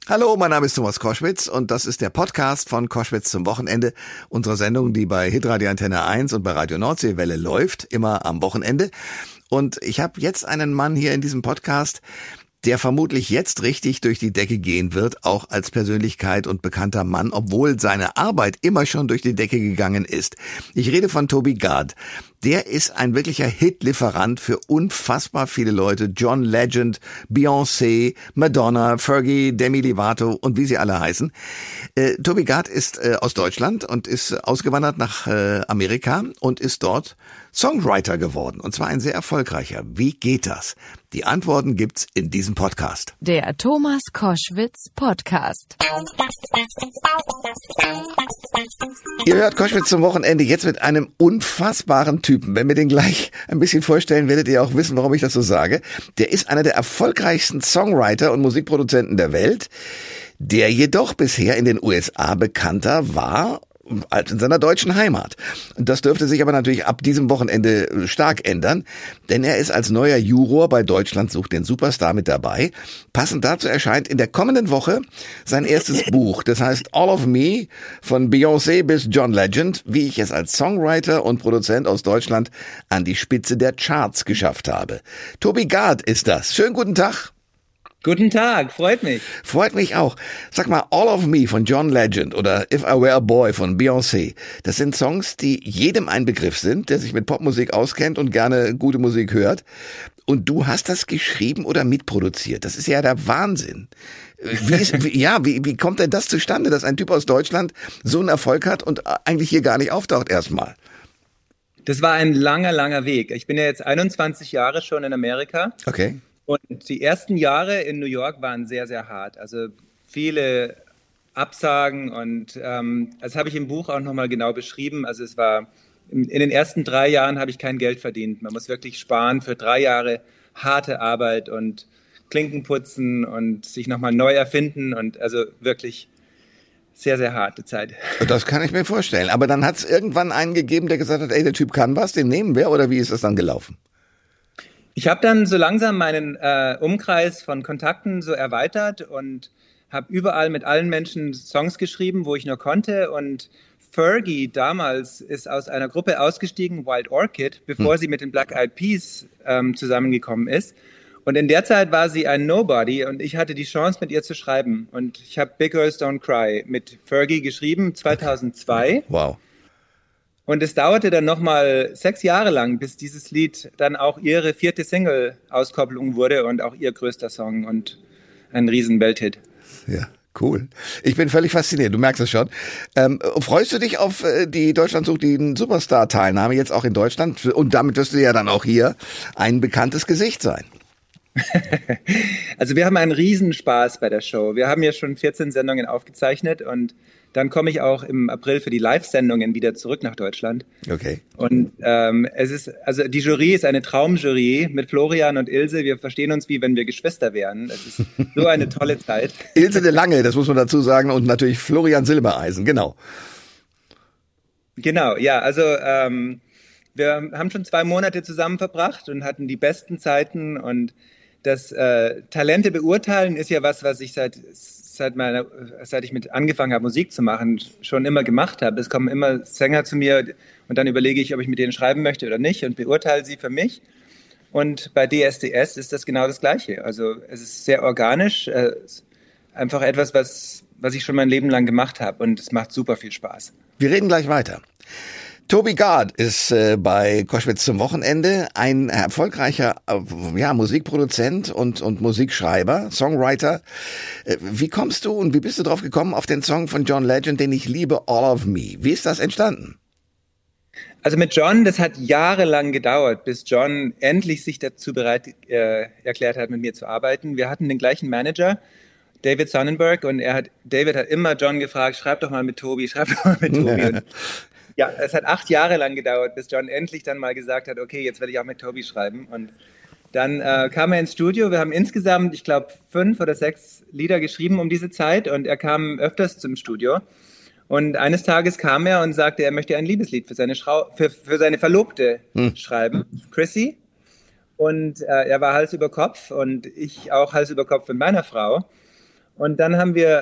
Hallo, mein Name ist Thomas Koschwitz und das ist der Podcast von Koschwitz zum Wochenende, unsere Sendung, die bei Hitradio Antenne 1 und bei Radio Nordseewelle läuft, immer am Wochenende. Und ich habe jetzt einen Mann hier in diesem Podcast, der vermutlich jetzt richtig durch die Decke gehen wird, auch als Persönlichkeit und bekannter Mann, obwohl seine Arbeit immer schon durch die Decke gegangen ist. Ich rede von Toby Gad. Der ist ein wirklicher Hitlieferant für unfassbar viele Leute. John Legend, Beyoncé, Madonna, Fergie, Demi Lovato und wie sie alle heißen. Toby Gad ist aus Deutschland und ist ausgewandert nach Amerika und ist dort Songwriter geworden. Und zwar ein sehr erfolgreicher. Wie geht das? Die Antworten gibt's in diesem Podcast. Der Thomas Koschwitz Podcast. Ihr hört Koschwitz zum Wochenende jetzt mit einem unfassbaren Typen. Wenn wir den gleich ein bisschen vorstellen, werdet ihr auch wissen, warum ich das so sage. Der ist einer der erfolgreichsten Songwriter und Musikproduzenten der Welt, der jedoch bisher in den USA bekannter war als in seiner deutschen Heimat. Das dürfte sich aber natürlich ab diesem Wochenende stark ändern, denn er ist als neuer Juror bei Deutschland sucht den Superstar mit dabei. Passend dazu erscheint in der kommenden Woche sein erstes Buch. Das heißt All of Me, von Beyoncé bis John Legend, wie ich es als Songwriter und Produzent aus Deutschland an die Spitze der Charts geschafft habe. Toby Gad ist das. Schönen guten Tag. Guten Tag, freut mich. Freut mich auch. Sag mal, All of Me von John Legend oder If I Were a Boy von Beyoncé, das sind Songs, die jedem ein Begriff sind, der sich mit Popmusik auskennt und gerne gute Musik hört. Und du hast das geschrieben oder mitproduziert. Das ist ja der Wahnsinn. Wie kommt denn das zustande, dass ein Typ aus Deutschland so einen Erfolg hat und eigentlich hier gar nicht auftaucht erstmal? Das war ein langer, langer Weg. Ich bin ja jetzt 21 Jahre schon in Amerika. Okay. Und die ersten Jahre in New York waren sehr, sehr hart. Also viele Absagen und das habe ich im Buch auch nochmal genau beschrieben. Also es war, in den ersten 3 Jahren habe ich kein Geld verdient. Man muss wirklich sparen für 3 Jahre harte Arbeit und Klinken putzen und sich nochmal neu erfinden und also wirklich sehr, sehr harte Zeit. Das kann ich mir vorstellen. Aber dann hat es irgendwann einen gegeben, der gesagt hat, ey, der Typ kann was, den nehmen wir, oder wie ist das dann gelaufen? Ich habe dann so langsam meinen Umkreis von Kontakten so erweitert und habe überall mit allen Menschen Songs geschrieben, wo ich nur konnte. Und Fergie damals ist aus einer Gruppe ausgestiegen, Wild Orchid, bevor sie mit den Black Eyed Peas zusammengekommen ist. Und in der Zeit war sie ein Nobody und ich hatte die Chance, mit ihr zu schreiben. Und ich habe Big Girls Don't Cry mit Fergie geschrieben, 2002. Wow. Und es dauerte dann nochmal 6 Jahre lang, bis dieses Lied dann auch ihre 4. Single-Auskopplung wurde und auch ihr größter Song und ein riesen Welthit. Ja, cool. Ich bin völlig fasziniert, du merkst es schon. Freust du dich auf die Deutschland sucht den Superstar-Teilnahme jetzt auch in Deutschland? Und damit wirst du ja dann auch hier ein bekanntes Gesicht sein. Also wir haben einen Riesenspaß bei der Show. Wir haben ja schon 14 Sendungen aufgezeichnet und dann komme ich auch im April für die Live-Sendungen wieder zurück nach Deutschland. Okay. Und also die Jury ist eine Traumjury mit Florian und Ilse. Wir verstehen uns wie wenn wir Geschwister wären. Es ist so eine tolle Zeit. Ilse de Lange, das muss man dazu sagen, und natürlich Florian Silbereisen, genau. Genau, ja, also wir haben schon 2 Monate zusammen verbracht und hatten die besten Zeiten und das Talente beurteilen ist ja was ich seit ich mit angefangen habe, Musik zu machen, schon immer gemacht habe. Es kommen immer Sänger zu mir und dann überlege ich, ob ich mit denen schreiben möchte oder nicht und beurteile sie für mich. Und bei DSDS ist das genau das Gleiche. Also es ist sehr organisch, einfach etwas, was ich schon mein Leben lang gemacht habe und es macht super viel Spaß. Wir reden gleich weiter. Toby Gad ist bei Koschwitz zum Wochenende ein erfolgreicher Musikproduzent und Musikschreiber, Songwriter. Wie kommst du und wie bist du drauf gekommen auf den Song von John Legend, den ich liebe, All of Me? Wie ist das entstanden? Also mit John, das hat jahrelang gedauert, bis John endlich sich dazu bereit erklärt hat, mit mir zu arbeiten. Wir hatten den gleichen Manager, David Sonnenberg, und David hat immer John gefragt, schreib doch mal mit Toby. Und ja, es hat 8 Jahre lang gedauert, bis John endlich dann mal gesagt hat, okay, jetzt werde ich auch mit Toby schreiben. Und dann kam er ins Studio. Wir haben insgesamt, ich glaube, 5 oder 6 Lieder geschrieben um diese Zeit und er kam öfters zum Studio. Und eines Tages kam er und sagte, er möchte ein Liebeslied für seine Verlobte schreiben, Chrissy. Und er war Hals über Kopf und ich auch Hals über Kopf mit meiner Frau. Und dann haben wir,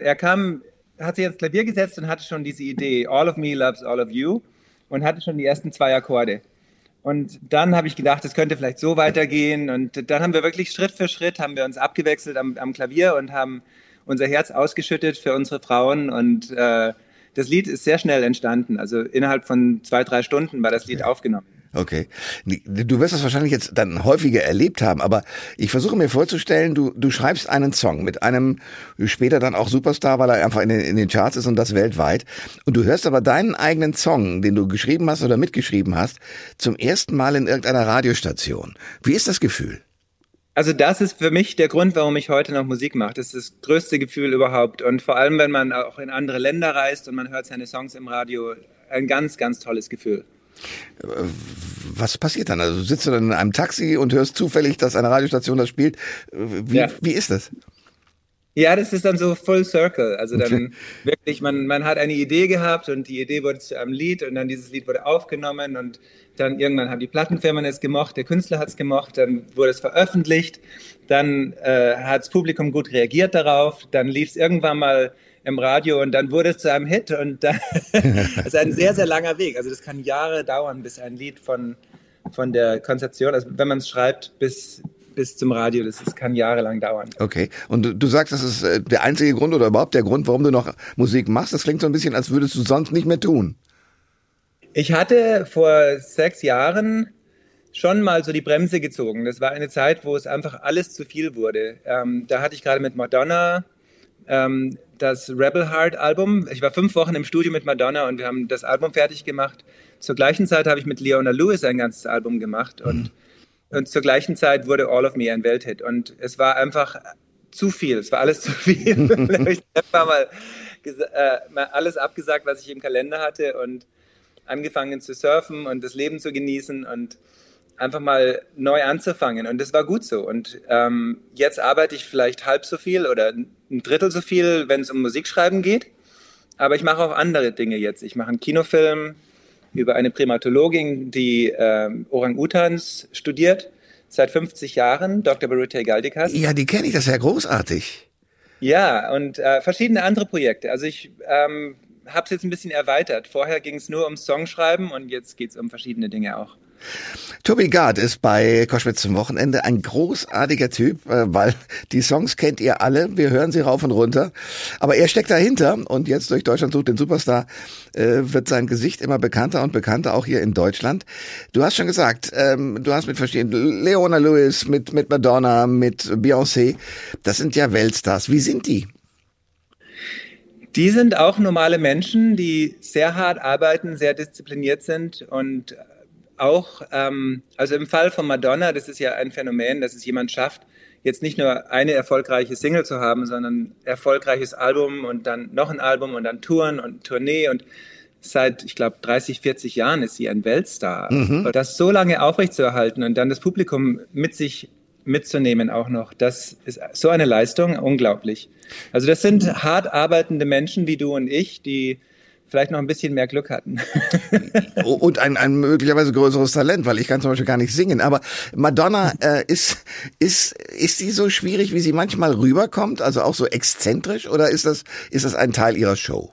hat sich ans Klavier gesetzt und hatte schon diese Idee, All of Me loves all of you, und hatte schon die ersten 2 Akkorde. Und dann habe ich gedacht, es könnte vielleicht so weitergehen. Und dann haben wir wirklich Schritt für Schritt haben wir uns abgewechselt am Klavier und haben unser Herz ausgeschüttet für unsere Frauen. Und das Lied ist sehr schnell entstanden. Also innerhalb von 2-3 Stunden war das Lied aufgenommen. Okay. Du wirst das wahrscheinlich jetzt dann häufiger erlebt haben, aber ich versuche mir vorzustellen, du schreibst einen Song mit einem später dann auch Superstar, weil er einfach in den Charts ist und das weltweit. Und du hörst aber deinen eigenen Song, den du geschrieben hast oder mitgeschrieben hast, zum ersten Mal in irgendeiner Radiostation. Wie ist das Gefühl? Also das ist für mich der Grund, warum ich heute noch Musik mache. Das ist das größte Gefühl überhaupt. Und vor allem, wenn man auch in andere Länder reist und man hört seine Songs im Radio, ein ganz, ganz tolles Gefühl. Was passiert dann? Also sitzt du dann in einem Taxi und hörst zufällig, dass eine Radiostation das spielt? Wie ist das? Ja, das ist dann so full circle. Also dann wirklich, man hat eine Idee gehabt und die Idee wurde zu einem Lied und dann dieses Lied wurde aufgenommen und dann irgendwann haben die Plattenfirmen es gemocht, der Künstler hat es gemocht, dann wurde es veröffentlicht, dann hat das Publikum gut reagiert darauf, dann lief es irgendwann mal im Radio und dann wurde es zu einem Hit und dann das ist ein sehr, sehr langer Weg. Also das kann Jahre dauern, bis ein Lied von der Konzeption, also wenn man es schreibt, bis zum Radio, das kann jahrelang dauern. Okay, und du sagst, das ist der einzige Grund oder überhaupt der Grund, warum du noch Musik machst. Das klingt so ein bisschen, als würdest du sonst nicht mehr tun. Ich hatte vor 6 Jahren schon mal so die Bremse gezogen. Das war eine Zeit, wo es einfach alles zu viel wurde. Da hatte ich gerade mit Madonna das Rebel Heart Album. Ich war 5 Wochen im Studio mit Madonna und wir haben das Album fertig gemacht. Zur gleichen Zeit habe ich mit Leona Lewis ein ganzes Album gemacht und zur gleichen Zeit wurde All of Me ein Welthit. Und es war einfach zu viel. Es war alles zu viel. Ich habe mal alles abgesagt, was ich im Kalender hatte und angefangen zu surfen und das Leben zu genießen und einfach mal neu anzufangen. Und das war gut so. Und jetzt arbeite ich vielleicht halb so viel oder ein Drittel so viel, wenn es um Musikschreiben geht. Aber ich mache auch andere Dinge jetzt. Ich mache einen Kinofilm über eine Primatologin, die Orang-Utans studiert, seit 50 Jahren, Dr. Birute Galdikas. Ja, die kenne ich, das ist ja großartig. Ja, und verschiedene andere Projekte. Also ich habe es jetzt ein bisschen erweitert. Vorher ging es nur ums Songschreiben und jetzt geht es um verschiedene Dinge auch. Toby Gard ist bei Koschwitz zum Wochenende ein großartiger Typ, weil die Songs kennt ihr alle, wir hören sie rauf und runter, aber er steckt dahinter und jetzt durch Deutschland sucht den Superstar wird sein Gesicht immer bekannter und bekannter, auch hier in Deutschland. Du hast schon gesagt, du hast mit verschiedenen, Leona Lewis, mit Madonna, mit Beyoncé, das sind ja Weltstars. Wie sind die? Die sind auch normale Menschen, die sehr hart arbeiten, sehr diszipliniert sind und auch, also im Fall von Madonna, das ist ja ein Phänomen, dass es jemand schafft, jetzt nicht nur eine erfolgreiche Single zu haben, sondern erfolgreiches Album und dann noch ein Album und dann Touren und Tournee und seit, ich glaube, 30, 40 Jahren ist sie ein Weltstar. Mhm. Das so lange aufrechtzuerhalten und dann das Publikum mit sich mitzunehmen auch noch, das ist so eine Leistung, unglaublich. Also das sind hart arbeitende Menschen wie du und ich, die vielleicht noch ein bisschen mehr Glück hatten. Und ein möglicherweise größeres Talent, weil ich kann zum Beispiel gar nicht singen. Aber Madonna, ist sie so schwierig, wie sie manchmal rüberkommt? Also auch so exzentrisch? Oder ist das ein Teil ihrer Show?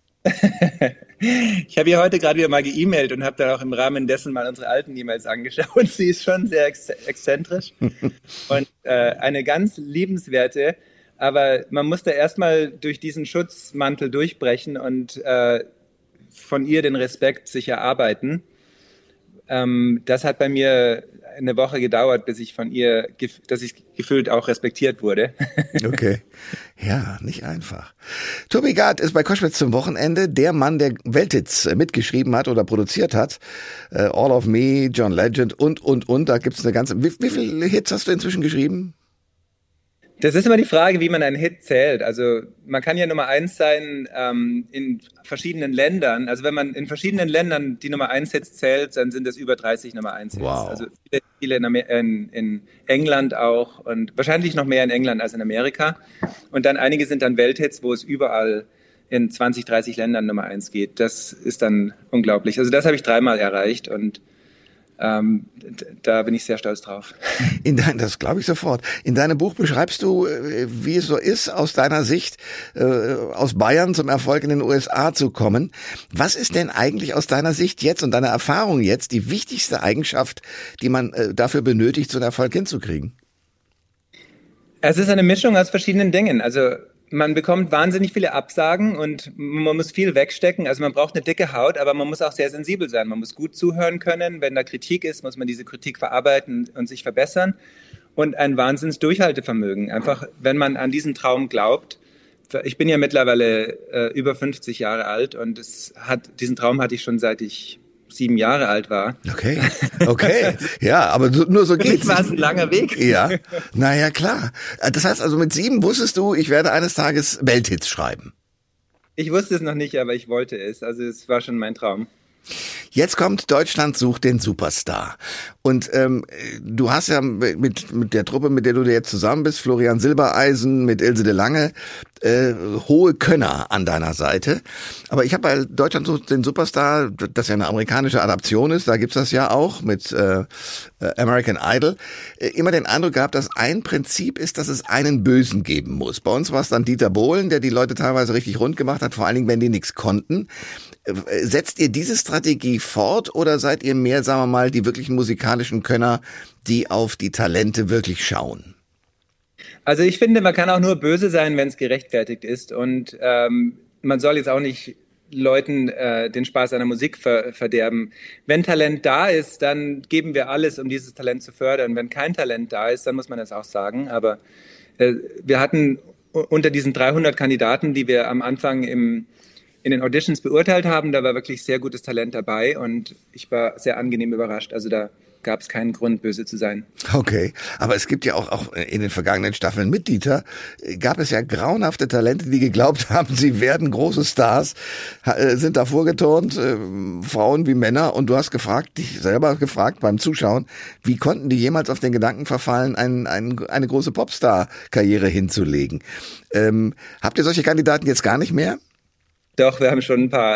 Ich habe ihr heute gerade wieder mal geemailt und habe dann auch im Rahmen dessen mal unsere alten E-Mails angeschaut. Sie ist schon sehr exzentrisch und eine ganz liebenswerte. Aber man muss da erstmal durch diesen Schutzmantel durchbrechen und von ihr den Respekt sich erarbeiten. Das hat bei mir eine Woche gedauert, bis ich von ihr, dass ich gefühlt auch respektiert wurde. Okay. Ja, nicht einfach. Toby Gard ist bei Koschwitz zum Wochenende der Mann, der Welthits mitgeschrieben hat oder produziert hat. All of Me, John Legend und. Da gibt's eine ganze. Wie viele Hits hast du inzwischen geschrieben? Das ist immer die Frage, wie man einen Hit zählt. Also man kann ja Nummer 1 sein in verschiedenen Ländern. Also wenn man in verschiedenen Ländern die Nummer 1 Hits zählt, dann sind es über 30 Nummer 1 Hits. Wow. Also viele in England auch und wahrscheinlich noch mehr in England als in Amerika. Und dann einige sind dann Welthits, wo es überall in 20, 30 Ländern Nummer 1 geht. Das ist dann unglaublich. Also das habe ich 3-mal erreicht und Da bin ich sehr stolz drauf. Das glaube ich sofort. In deinem Buch beschreibst du, wie es so ist, aus deiner Sicht, aus Bayern zum Erfolg in den USA zu kommen. Was ist denn eigentlich aus deiner Sicht jetzt und deiner Erfahrung jetzt die wichtigste Eigenschaft, die man dafür benötigt, so einen Erfolg hinzukriegen? Es ist eine Mischung aus verschiedenen Dingen. Also man bekommt wahnsinnig viele Absagen und man muss viel wegstecken. Also man braucht eine dicke Haut, aber man muss auch sehr sensibel sein. Man muss gut zuhören können. Wenn da Kritik ist, muss man diese Kritik verarbeiten und sich verbessern. Und ein Wahnsinns-Durchhaltevermögen. Einfach, wenn man an diesen Traum glaubt. Ich bin ja mittlerweile über 50 Jahre alt und diesen Traum hatte ich schon seit ich 7 Jahre alt war. Okay. Ja, aber nur so geht's. Für mich war es ein langer Weg. Ja, naja, klar. Das heißt also, mit 7 wusstest du, ich werde eines Tages Welthits schreiben. Ich wusste es noch nicht, aber ich wollte es. Also es war schon mein Traum. Jetzt kommt Deutschland sucht den Superstar. Und du hast ja mit der Truppe, mit der du jetzt zusammen bist, Florian Silbereisen, mit Ilse de Lange, hohe Könner an deiner Seite. Aber ich habe bei Deutschland sucht den Superstar, das ja eine amerikanische Adaption ist, da gibt's das ja auch mit American Idol, immer den Eindruck gehabt, dass ein Prinzip ist, dass es einen Bösen geben muss. Bei uns war es dann Dieter Bohlen, der die Leute teilweise richtig rund gemacht hat, vor allen Dingen, wenn die nichts konnten. Setzt ihr diese Strategie fort oder seid ihr mehr, sagen wir mal, die wirklichen musikalischen Könner, die auf die Talente wirklich schauen? Also ich finde, man kann auch nur böse sein, wenn es gerechtfertigt ist. Und man soll jetzt auch nicht Leuten den Spaß an der Musik verderben. Wenn Talent da ist, dann geben wir alles, um dieses Talent zu fördern. Wenn kein Talent da ist, dann muss man das auch sagen. Aber wir hatten unter diesen 300 Kandidaten, die wir am Anfang in den Auditions beurteilt haben, da war wirklich sehr gutes Talent dabei und ich war sehr angenehm überrascht. Also da gab es keinen Grund, böse zu sein. Okay, aber es gibt ja auch in den vergangenen Staffeln mit Dieter, gab es ja grauenhafte Talente, die geglaubt haben, sie werden große Stars, sind da vorgeturnt, Frauen wie Männer, und du hast dich selber gefragt beim Zuschauen, wie konnten die jemals auf den Gedanken verfallen, eine große Popstar-Karriere hinzulegen? Habt ihr solche Kandidaten jetzt gar nicht mehr? Doch, wir haben schon ein paar.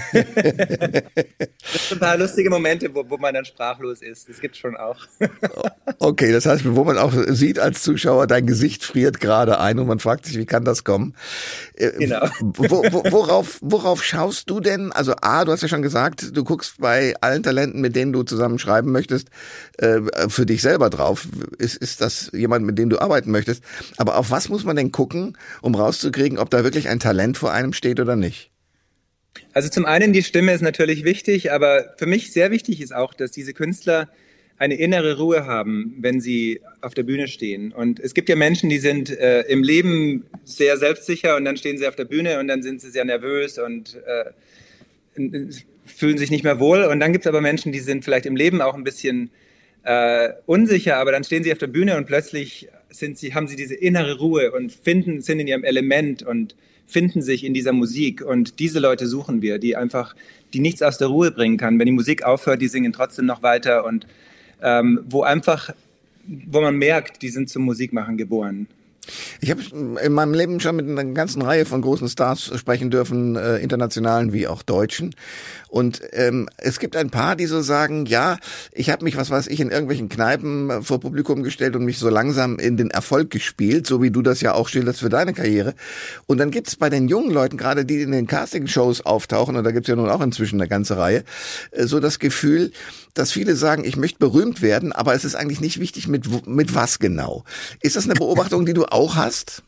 Ein paar lustige Momente, wo man dann sprachlos ist. Das gibt's schon auch. Okay, das heißt, wo man auch sieht als Zuschauer, dein Gesicht friert gerade ein und man fragt sich, wie kann das kommen? Genau. Worauf schaust du denn? Also A, du hast ja schon gesagt, du guckst bei allen Talenten, mit denen du zusammen schreiben möchtest, für dich selber drauf. Ist das jemand, mit dem du arbeiten möchtest? Aber auf was muss man denn gucken, um rauszukriegen, ob da wirklich ein Talent vor einem steht oder nicht? Also zum einen, die Stimme ist natürlich wichtig, aber für mich sehr wichtig ist auch, dass diese Künstler eine innere Ruhe haben, wenn sie auf der Bühne stehen. Und es gibt ja Menschen, die sind im Leben sehr selbstsicher und dann stehen sie auf der Bühne und dann sind sie sehr nervös und fühlen sich nicht mehr wohl. Und dann gibt es aber Menschen, die sind vielleicht im Leben auch ein bisschen unsicher, aber dann stehen sie auf der Bühne und plötzlich haben sie diese innere Ruhe und sind in ihrem Element und finden sich in dieser Musik, und diese Leute suchen wir, die nichts aus der Ruhe bringen kann. Wenn die Musik aufhört, die singen trotzdem noch weiter, und wo man merkt, die sind zum Musikmachen geboren. Ich habe in meinem Leben schon mit einer ganzen Reihe von großen Stars sprechen dürfen, internationalen wie auch deutschen. Und es gibt ein paar, die so sagen, ja, ich habe mich, in irgendwelchen Kneipen vor Publikum gestellt und mich so langsam in den Erfolg gespielt, so wie du das ja auch schilderst für deine Karriere. Und dann gibt's bei den jungen Leuten, gerade die in den Casting-Shows auftauchen, und da gibt's ja nun auch inzwischen eine ganze Reihe, so das Gefühl, dass viele sagen, ich möchte berühmt werden, aber es ist eigentlich nicht wichtig, mit was genau. Ist das eine Beobachtung, die du auch hast?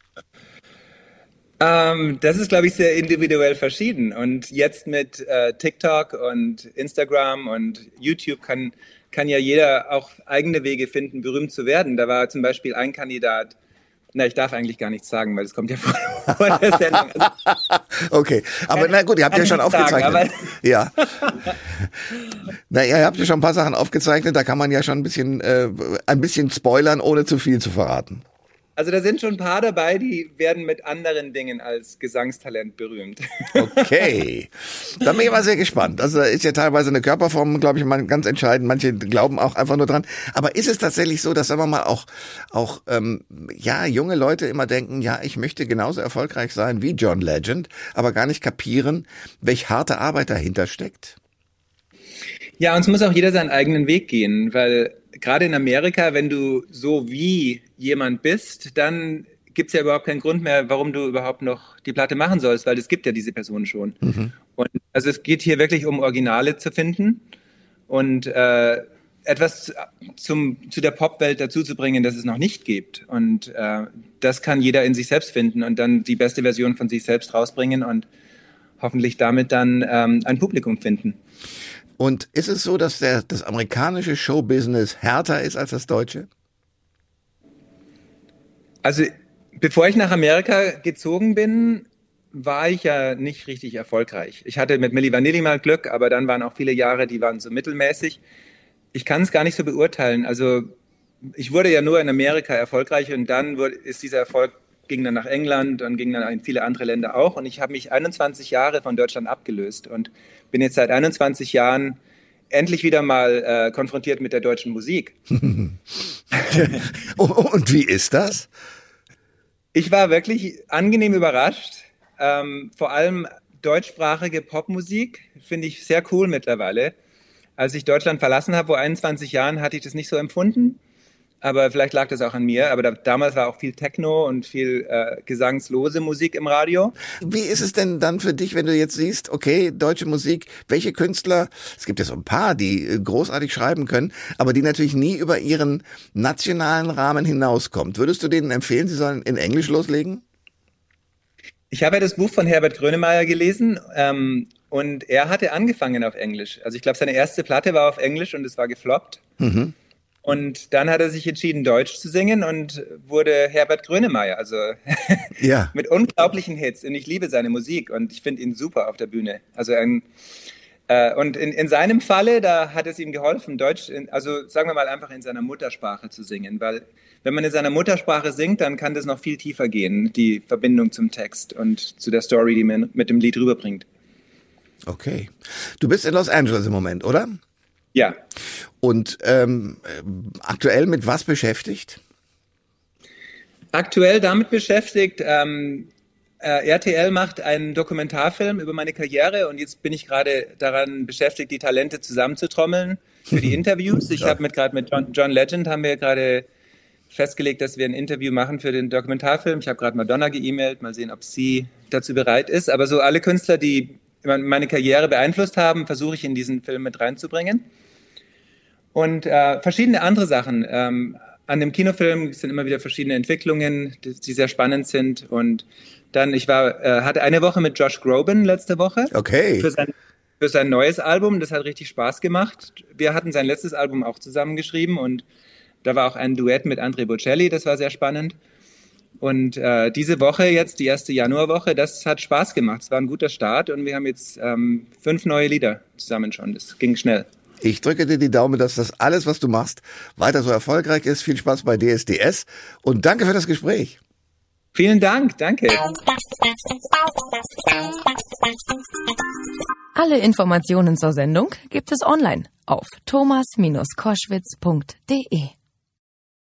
Das ist, glaube ich, sehr individuell verschieden. Und jetzt mit TikTok und Instagram und YouTube kann ja jeder auch eigene Wege finden, berühmt zu werden. Da war zum Beispiel ein Kandidat, ich darf eigentlich gar nichts sagen, weil es kommt ja vor der Sendung. Okay, aber na gut, ihr habt ja schon aufgezeichnet. Ja. Ihr habt ja schon ein paar Sachen aufgezeichnet, da kann man ja schon ein bisschen spoilern, ohne zu viel zu verraten. Also da sind schon ein paar dabei, die werden mit anderen Dingen als Gesangstalent berühmt. Okay, da bin ich mal sehr gespannt. Also da ist ja teilweise eine Körperform, glaube ich, mal ganz entscheidend. Manche glauben auch einfach nur dran. Aber ist es tatsächlich so, dass, sagen wir mal, auch junge Leute immer denken, ja, ich möchte genauso erfolgreich sein wie John Legend, aber gar nicht kapieren, welche harte Arbeit dahinter steckt? Ja, und es muss auch jeder seinen eigenen Weg gehen, weil gerade in Amerika, wenn du so wie jemand bist, dann gibt es ja überhaupt keinen Grund mehr, warum du überhaupt noch die Platte machen sollst, weil es gibt ja diese Person schon. Und also es geht hier wirklich um Originale zu finden und etwas zu der Popwelt dazuzubringen, das es noch nicht gibt. Und das kann jeder in sich selbst finden und dann die beste Version von sich selbst rausbringen und hoffentlich damit dann ein Publikum finden. Und ist es so, dass das amerikanische Showbusiness härter ist als das deutsche? Also bevor ich nach Amerika gezogen bin, war ich ja nicht richtig erfolgreich. Ich hatte mit Milli Vanilli mal Glück, aber dann waren auch viele Jahre, die waren so mittelmäßig. Ich kann es gar nicht so beurteilen. Also ich wurde ja nur in Amerika erfolgreich und dann ist dieser Erfolg ging dann nach England und ging dann in viele andere Länder auch. Und ich habe mich 21 Jahre von Deutschland abgelöst und bin jetzt seit 21 Jahren endlich wieder mal konfrontiert mit der deutschen Musik. Und wie ist das? Ich war wirklich angenehm überrascht. Vor allem deutschsprachige Popmusik finde ich sehr cool mittlerweile. Als ich Deutschland verlassen habe, vor 21 Jahren, hatte ich das nicht so empfunden. Aber vielleicht lag das auch an mir. Aber damals war auch viel Techno und viel gesangslose Musik im Radio. Wie ist es denn dann für dich, wenn du jetzt siehst, okay, deutsche Musik, welche Künstler, es gibt ja so ein paar, die großartig schreiben können, aber die natürlich nie über ihren nationalen Rahmen hinauskommt. Würdest du denen empfehlen, sie sollen in Englisch loslegen? Ich habe ja das Buch von Herbert Grönemeyer gelesen und er hatte angefangen auf Englisch. Also ich glaube, seine erste Platte war auf Englisch und es war gefloppt. Und dann hat er sich entschieden, Deutsch zu singen und wurde Herbert Grönemeyer, also ja. Mit unglaublichen Hits. Und ich liebe seine Musik und ich finde ihn super auf der Bühne. Also und in seinem Falle, da hat es ihm geholfen, Deutsch, also sagen wir mal einfach in seiner Muttersprache zu singen, weil wenn man in seiner Muttersprache singt, dann kann das noch viel tiefer gehen, die Verbindung zum Text und zu der Story, die man mit dem Lied rüberbringt. Okay. Du bist in Los Angeles im Moment, oder? Ja. Und aktuell mit was beschäftigt? Aktuell damit beschäftigt, RTL macht einen Dokumentarfilm über meine Karriere und jetzt bin ich gerade daran beschäftigt, die Talente zusammenzutrommeln für die Interviews. Ich habe mit John Legend haben wir gerade festgelegt, dass wir ein Interview machen für den Dokumentarfilm. Ich habe gerade Madonna geemailt, mal sehen, ob sie dazu bereit ist. Aber so alle Künstler, die meine Karriere beeinflusst haben, versuche ich in diesen Film mit reinzubringen. Und verschiedene andere Sachen. An dem Kinofilm sind immer wieder verschiedene Entwicklungen, die sehr spannend sind. Und dann, hatte eine Woche mit Josh Groban letzte Woche. Okay. Für sein neues Album. Das hat richtig Spaß gemacht. Wir hatten sein letztes Album auch zusammengeschrieben und da war auch ein Duett mit Andrea Bocelli. Das war sehr spannend. Und diese Woche jetzt, die erste Januarwoche, das hat Spaß gemacht. Es war ein guter Start und wir haben jetzt 5 neue Lieder zusammen schon. Das ging schnell. Ich drücke dir die Daumen, dass das alles, was du machst, weiter so erfolgreich ist. Viel Spaß bei DSDS und danke für das Gespräch. Vielen Dank, danke. Alle Informationen zur Sendung gibt es online auf thomas-koschwitz.de.